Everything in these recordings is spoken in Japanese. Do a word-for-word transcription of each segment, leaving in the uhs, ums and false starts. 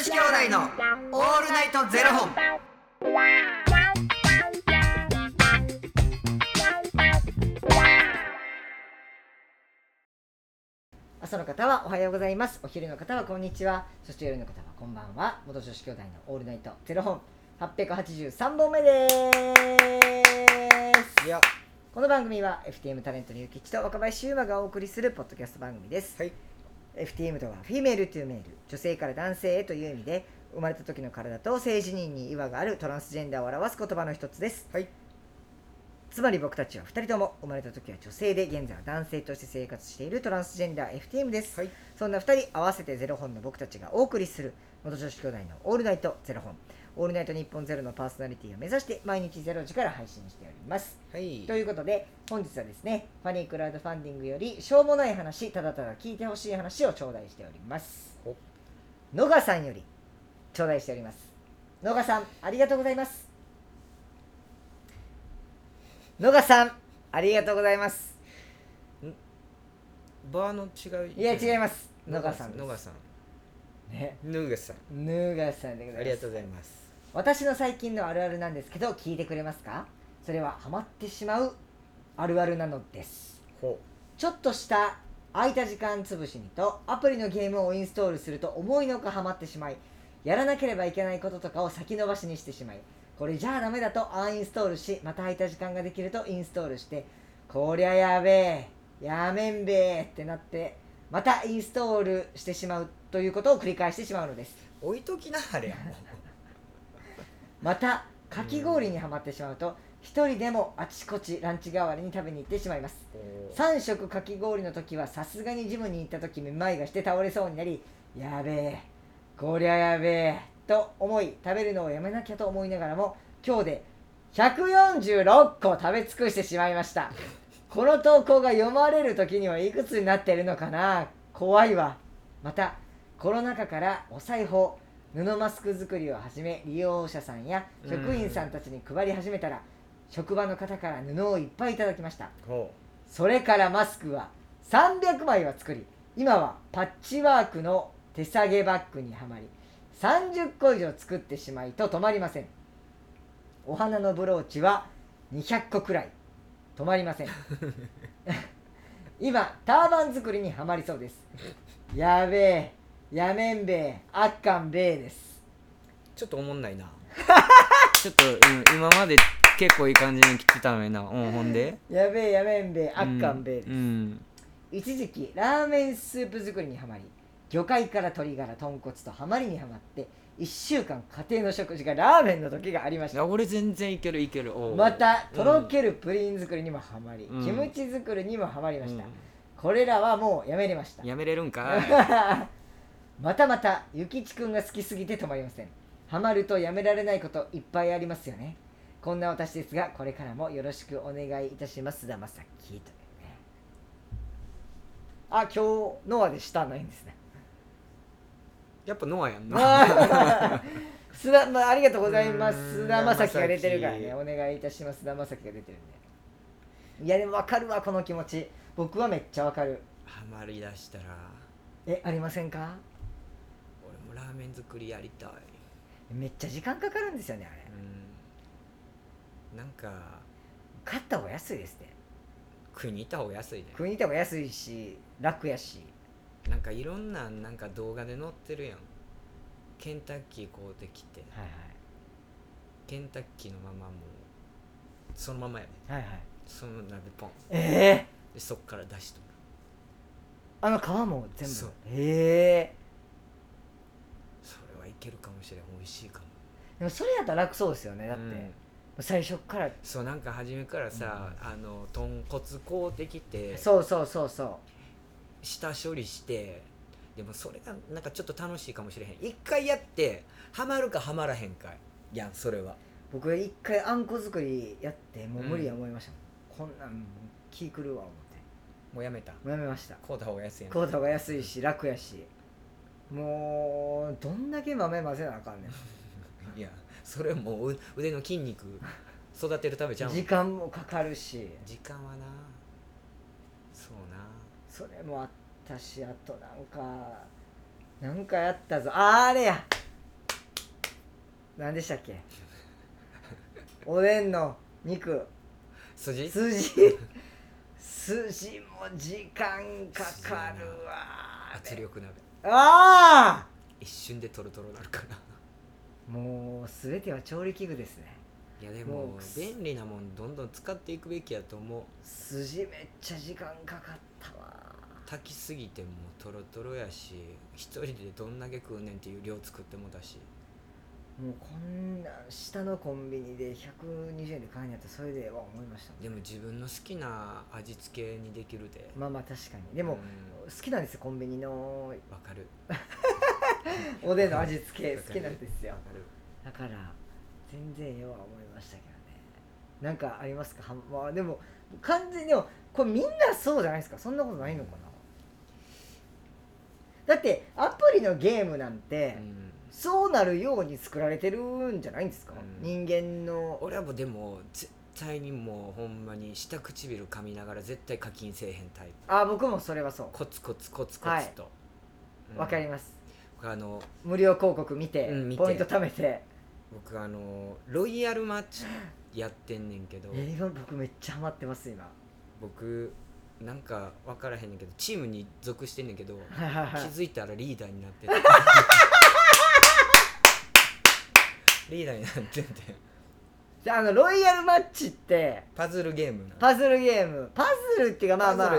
子兄弟のオールナイトゼロ本。 朝の方はおはようございます。お昼の方はこんにちは。そして夜の方はこんばんは。元女子兄弟のオールナイトゼロ本はっぴゃくはちじゅうさんぼんめです。 いや、 この番組は エフティーエム タレントのゆきちと若林優馬がお送りするポッドキャスト番組です。 はい、 エフティーエム とはフィメールというメール、女性から男性へという意味で、生まれた時の体と性自認に違和があるトランスジェンダーを表す言葉の一つです。 はい、 つまり僕たちはふたりとも生まれた時は女性で現在は男性として生活しているトランスジェンダー エフティーエム です。 はい、 そんなふたり合わせてゼロ本の僕たちがお送りする元女子兄弟のオールナイトゼロ本、オールナイト日本ゼロのパーソナリティを目指して毎日ゼロ時から配信しております。 はい、 ということで本日はですね、ファニークラウドファンディングよりしょうもない話、ただただ聞いてほしい話を頂戴しております。野賀さんより頂戴しております。野賀さん、ありがとうございます。野賀さん、ありがとうございます。 バーの違い。 いや違います。野賀さんです。 野賀さんね、 野賀さん、 野賀さんでございます。 ありがとうございます。 私の最近のあるあるなんですけど、聞いてくれますか？それはハマってしまうあるあるなのです。 ほちょっとした空いた時間つぶしにとアプリのゲームをインストールすると思いのほかハマってしまい、やらなければいけないこととかを先延ばしにしてしまい、これじゃあダメだとアンインストールし、また空いた時間ができるとインストールして、こりゃやべえ、やめんべえってなってまたインストールしてしまうということを繰り返してしまうのです。 う、置いときなあれやもまたかき氷にはまってしまうと、一人でもあちこちランチ代わりに食べに行ってしまいます。さん食かき氷の時はさすがにジムに行った時めまいがして倒れそうになり、やべえ、こりゃやべえと思い食べるのをやめなきゃと思いながらも、今日でひゃくよんじゅうろっこ食べ尽くしてしまいました。この投稿が読まれる時にはいくつになっているのかな、怖いわ。またコロナ禍からお裁縫、布マスク作りを始め、利用者さんや職員さんたちに配り始めたら、職場の方から布をいっぱいいただきました。 ほそれからマスクはさんびゃくまいは作り、今はパッチワークの手提げバッグにはまり、さんじゅっこ以上作ってしまいと止まりません。お花のブローチはにひゃっこくらい、止まりません今ターバン作りにはまりそうです。やべえ、やめんべえ、あっかんべえです。 ちょっとおもんないなちょっと、うん、今まで結構いい感じに来てたのにな。うん、ほんでやべえ、やめんべえ、あっかんべえです、 うんうん、 一時期ラーメンスープ作りにはまり、魚介から鶏ガラ、豚骨とハマりにはまって、いっしゅうかん家庭の食事がラーメンの時がありましいやた。 俺全然いけるいける。おうまたとろけるプリン作りにもはまり、 うん、 キムチ作りにもはまりました、 うん、 これらはもうやめれました。 やめれるんかいまたまたゆきちくんが好きすぎて止まりません。ハマるとやめられないこといっぱいありますよね。こんな私ですが、これからもよろしくお願いいたします。菅田将暉というね。あ、今日ノアでしたないんですね。 やっぱノアやんな須田、まあ、ありがとうございます。須田将暉が出てるからね、お願いいたします。須田将暉が出てるんで。いやでも分かるわ、この気持ち。僕はめっちゃ分かる。 ハマりだしたらえ、ありませんか？ 俺もラーメン作りやりたい。 めっちゃ時間かかるんですよね、あれ。 うん、なんか買った方が安いですね。 食いに行った方が安いで。 食いに行った方が安いし楽やし、 なんかいろんななんか動画で載ってるやん。ケンタッキー買うてきて、 はいケンタッキーのままもうそのままやね。 はいはいはい。 その鍋ポンええでそっから出しとる。 ー、あの皮も全部。 そう。 ええそれはいけるかもしれん。美味しいかも。 ー、でもそれやったら楽そうですよね。だって、 うん、 最初からそう、なんか初めからさ、うん、あの豚骨買うてきて、 そうそうそうそう、 下処理して、でもそれがなんかちょっと楽しいかもしれへん。一回やってハマるかハマらへんかいやん、それは。 僕一回あんこ作りやってもう無理や思いましたもん、うん、こんなん気狂うわ思ってもうやめた。 もうやめました。 買うた方が安いやん。 買うた方が安いし楽やし、もうどんだけ豆混ぜなあかんねんいや、それもう腕の筋肉育てるためちゃう。 時間もかかるし、 時間はな、そうな。 それもあったし、あとなんかなんかやったぞ、あ、あれや何でしたっけおでんの肉筋筋筋も時間かかるわ圧力鍋ああ一瞬でトロトロなるからもう全ては調理器具ですね。 いやでも便利なもんどんどん使っていくべきやと思う。 筋めっちゃ時間かかったわ。 炊きすぎてもトロトロやし一人でどんだけ食うねんっていう量作ってもだしもうこんな下のコンビニでひゃくにじゅうえんで買えんやったらそれでは思いました。 でも自分の好きな味付けにできるで。 まあまあ確かにでも、うん、好きなんですよコンビニのわかるおでんの味付け好きなんですよ。 わかるだから全然よは思いましたけどね。なんかありますか。は、まあ、でも完全にでもこれみんなそうじゃないですか。そんなことないのかな。だってアプリのゲームなんて、うん、そうなるように作られてるんじゃないんですか、うん、人間の。 俺はもうでも絶対にもうほんまに下唇噛みながら絶対課金せえへんタイプ。 あ、僕もそれはそう。 コツコツコツコツと。 わ、はい、うん、かります。 僕あの無料広告見て、うん、見てポイント貯めて。 僕あのロイヤルマッチやってんねんけど。 えー、僕めっちゃハマってます今。 僕なんか分からへんねんけどチームに属してんねんけど気づいたらリーダーになっててリーダーになっててじゃあ、あのロイヤルマッチってパズルゲームなパズルゲームパズルっていうかまあまあ、 うん、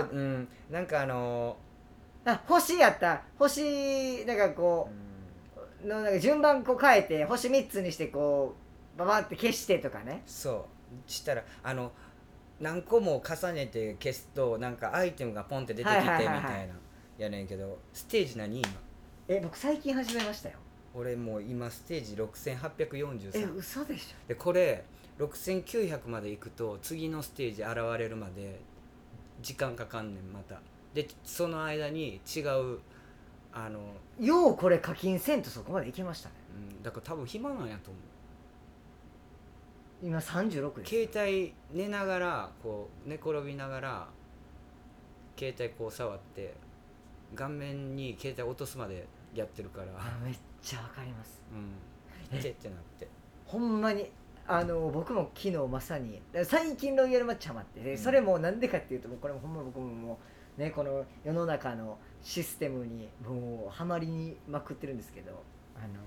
なんかあのー、あ星やった星なんかこう、うん、のなんか順番こう変えて星みっつにしてこうババって消してとかね。 そうしたらあの何個も重ねて消すとなんかアイテムがポンって出てきてみたいなやねんけど、ステージ何今？ え僕最近始めましたよ。 俺もう今ステージろくせんはっぴゃくよんじゅうさん。 え嘘でしょ。 でこれろくせんきゅうひゃくまで行くと次のステージ現れるまで時間かかんねんまた。でその間に違うあのようこれ課金せんとそこまでいけましたね、 うん、だから多分暇なんやと思う。 今さんじゅうろくです。 携帯寝ながらこう寝転びながら携帯こう触って顔面に携帯落とすまでやってるから。 あめっちゃわかります。 うんってってなってほんまにあの僕も昨日まさに最近ロイヤルマッチハマって、うん、それもなんでかっていうともうこれもほんま僕ももうねこの世の中のシステムにもうハマりまくってるんですけど、あの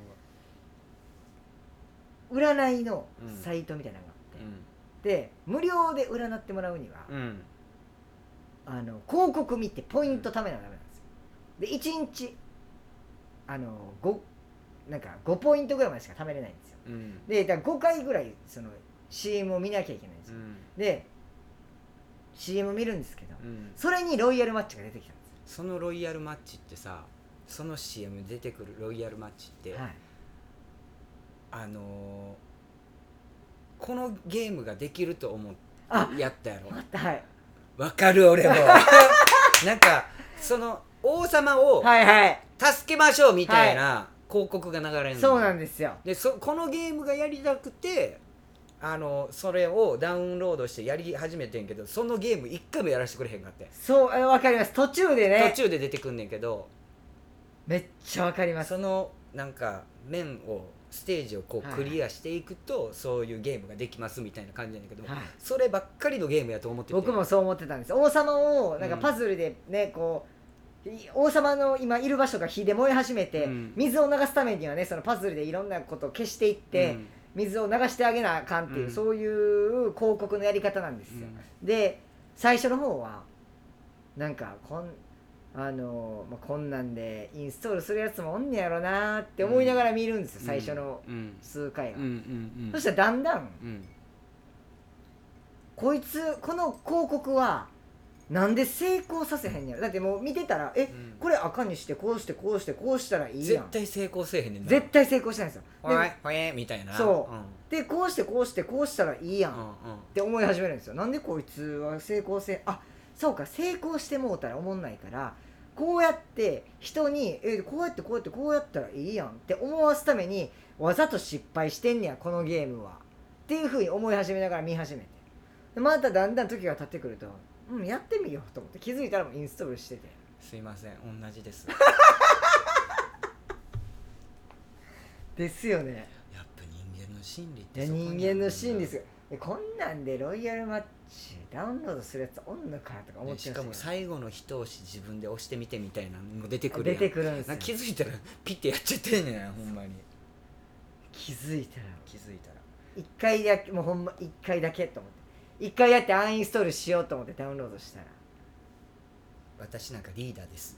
占いのサイトみたいなのがあって、うん、で無料で占ってもらうには、うん、あの広告見てポイント貯めなきゃダメなんですよ。でいちにちあの 5, なんかごポイントぐらいまでしか貯めれないんですよ、うん、でだからごかいぐらいその シーエム を見なきゃいけないんですよ、うん、で シーエム 見るんですけど、うん、それにロイヤルマッチが出てきたんです。 そのロイヤルマッチってさその シーエム 出てくるロイヤルマッチって、はい、あのー、このゲームができると思ってやったやろ。 はい、 わかる俺もなんかその王様を助けましょうみたいな広告が流れるの、はいはい、 そうなんですよ。 でそこのゲームがやりたくてあのそれをダウンロードしてやり始めてんけどそのゲーム一回もやらせてくれへんかって。 そうわかります。途中でね途中で出てくんねんけどめっちゃわかります。 そのなんか面をステージをこうクリアしていくと、はい、そういうゲームができますみたいな感じなんだけど、はい、そればっかりのゲームやと思ってて僕もそう思ってたんです。王様をなんかパズルでね、うん、こう王様の今いる場所が火で燃え始めて、うん、水を流すためにはねそのパズルでいろんなことを消していって、うん、水を流してあげなあかんっていう、うん、そういう広告のやり方なんですよ、うん、で最初の方はなんかこんあのまあ、こんなんでインストールするやつもおんねやろなって思いながら見るんですよ、うん、最初の数回は、うんうんうんうん、そしたらだんだん、うん、こいつこの広告はなんで成功させへんねやろ。だってもう見てたらえ、うん、これ赤にしてこうしてこうしてこうしたらいいやん。 絶対成功せえへんねんな。 絶対成功してないんですよ。 ほえほえみたいな。 そう、うん、でこうしてこうしてこうしたらいいやん、うんうん、って思い始めるんですよ。なんでこいつは成功せあそうか成功してもうたらおもんないからこうやって人にえこうやってこうやってこうやったらいいやんって思わすためにわざと失敗してんねやこのゲームはっていう風に思い始めながら見始めて、でまただんだん時が経ってくるとうんやってみようと思って気づいたらもうインストールしてて。 すいません同じですですよね。 やっぱ人心理っいやてそこにある人間の心理ですよ。えこんなんでロイヤルマッチダウンロードするやつおんのかとか思っねしかもちゃうんですよ。 最後の一押し自分で押してみてみたいなのも出てくる出やんてくるんですよなんか。気づいたらピッてやっちゃってんねんほんまに気づいたら気づいたら一回だけもうほんま一回だけと思って一回やってアンインストールしようと思ってダウンロードしたら私なんかリーダーです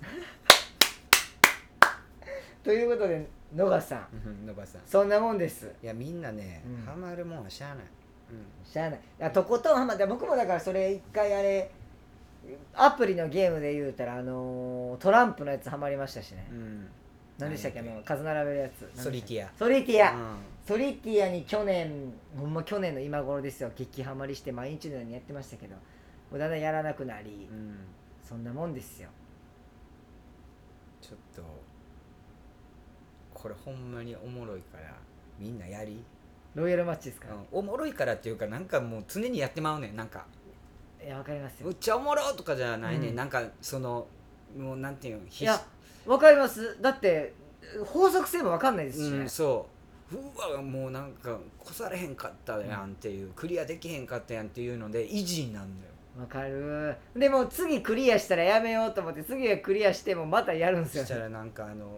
ということで野川さん野場さんそんなもんです。 いやみんなね、 うんハマるもんはしゃあない、 しゃあない。だからとことんハマって僕もだからそれ一回あれアプリのゲームで言うたらあのートランプのやつハマりましたしね。 うんうん、 何でしたっけあ何の数並べるやつソリティアソリティア、 うんソリティアに去年ほんま去年の今頃ですよ激ハマりして毎日のようにやってましたけどもうだんだんやらなくなり、 うん、 そんなもんですよ。 ちょっとこれほんまにおもろいからみんなやり、 ロイヤルマッチですか、 うん、おもろいからっていうかなんかもう常にやってまうねんなんかいやわかりますよ。 むっちゃおもろとかじゃないね、 うんん、なんかそのもうなんていうのいやわかります。だって法則性もわかんないですしね、 うん、そううわもうなんか越されへんかったやんっていう、うん、クリアできへんかったやんっていうので維持になるんだよ。 わかる。でも次クリアしたらやめようと思って次はクリアしてもまたやるんですよ。 そしたらなんかあの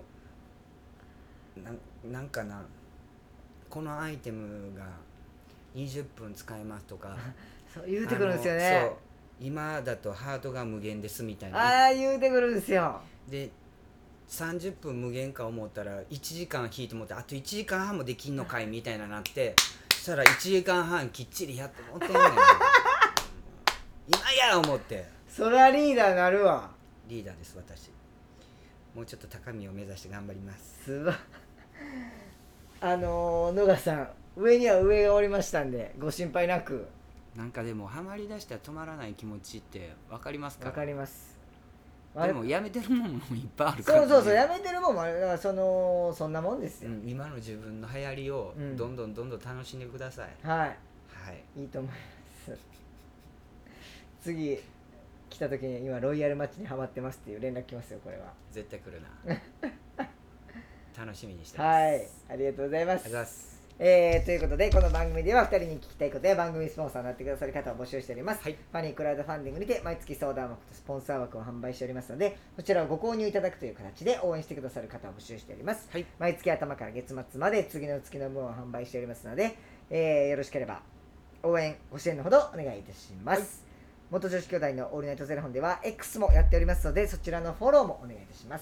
ななんかなこのアイテムがにじゅっぷん使えますとかそう言うてくるんですよね。 そう今だとハートが無限ですみたいなああ言うてくるんですよ。 でさんじゅっぷん無限か思ったらいちじかん引いてもってあといちじかんはんもできんのかいみたいななってそしたらいちじかんはんきっちりやってもってんねん今や思ってそりゃリーダーなるわ。 リーダーです私。もうちょっと高みを目指して頑張ります。 すばあのー、野川さん上には上がおりましたんでご心配なく。 なんかでもハマりだしたら止まらない気持ちって分かりますか？ わかります。 でもやめてるもんもいっぱいあるから、ね、 そうそうそうやめてるもんもある。だからそのそんなもんですよ、 うん、今の自分の流行りをうんどんどんどんどん楽しんでください、 はいはいいいと思います次来た時に今ロイヤルマッチにハマってますっていう連絡来ますよこれは。 絶対来るな楽しみにしてます。 はいありがとうございます。 ありがとうございますえー、ということでこの番組ではふたりに聞きたいことや番組スポンサーになってくださる方を募集しております、 はい、 ファニークラウドファンディングにて毎月相談枠とスポンサー枠を販売しておりますのでこちらをご購入いただくという形で応援してくださる方を募集しております、 はい、 毎月頭から月末まで次の月の分を販売しておりますので、えー、よろしければ応援ご支援のほどお願いいたします、はい、元女子兄弟のオールナイトゼロ本では X もやっておりますのでそちらのフォローもお願いいたします。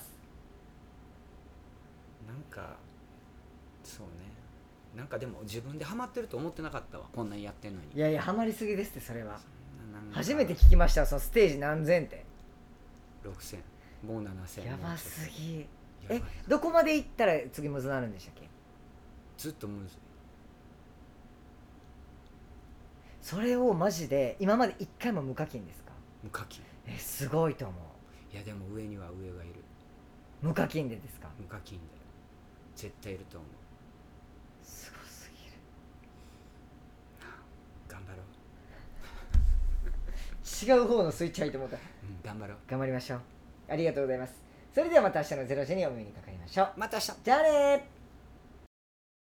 なんかそうねなんかでも自分でハマってると思ってなかったわこんなにやってんのに。 いやいやハマりすぎですってそれは。 なんか初めて聞きましたそのステージ何千ってろくせんもうななせんやばすぎ。 やばいえどこまで行ったら次むずなるんでしたっけ？ ずっとむずい。 それをマジで今まで一回も無課金ですか？ 無課金。 えすごいと思いやでも上には上がいる。 う。無課金でですか？ 無課金で絶対いると思う。 すごすぎる。 頑張ろ違う方のスイッチ入ってもうた。 う、うん、頑張ろう。 頑張りましょう。ありがとうございます。それではまた明日のゼロ時にお目にかかりましょう。 また明日。 じゃあねー。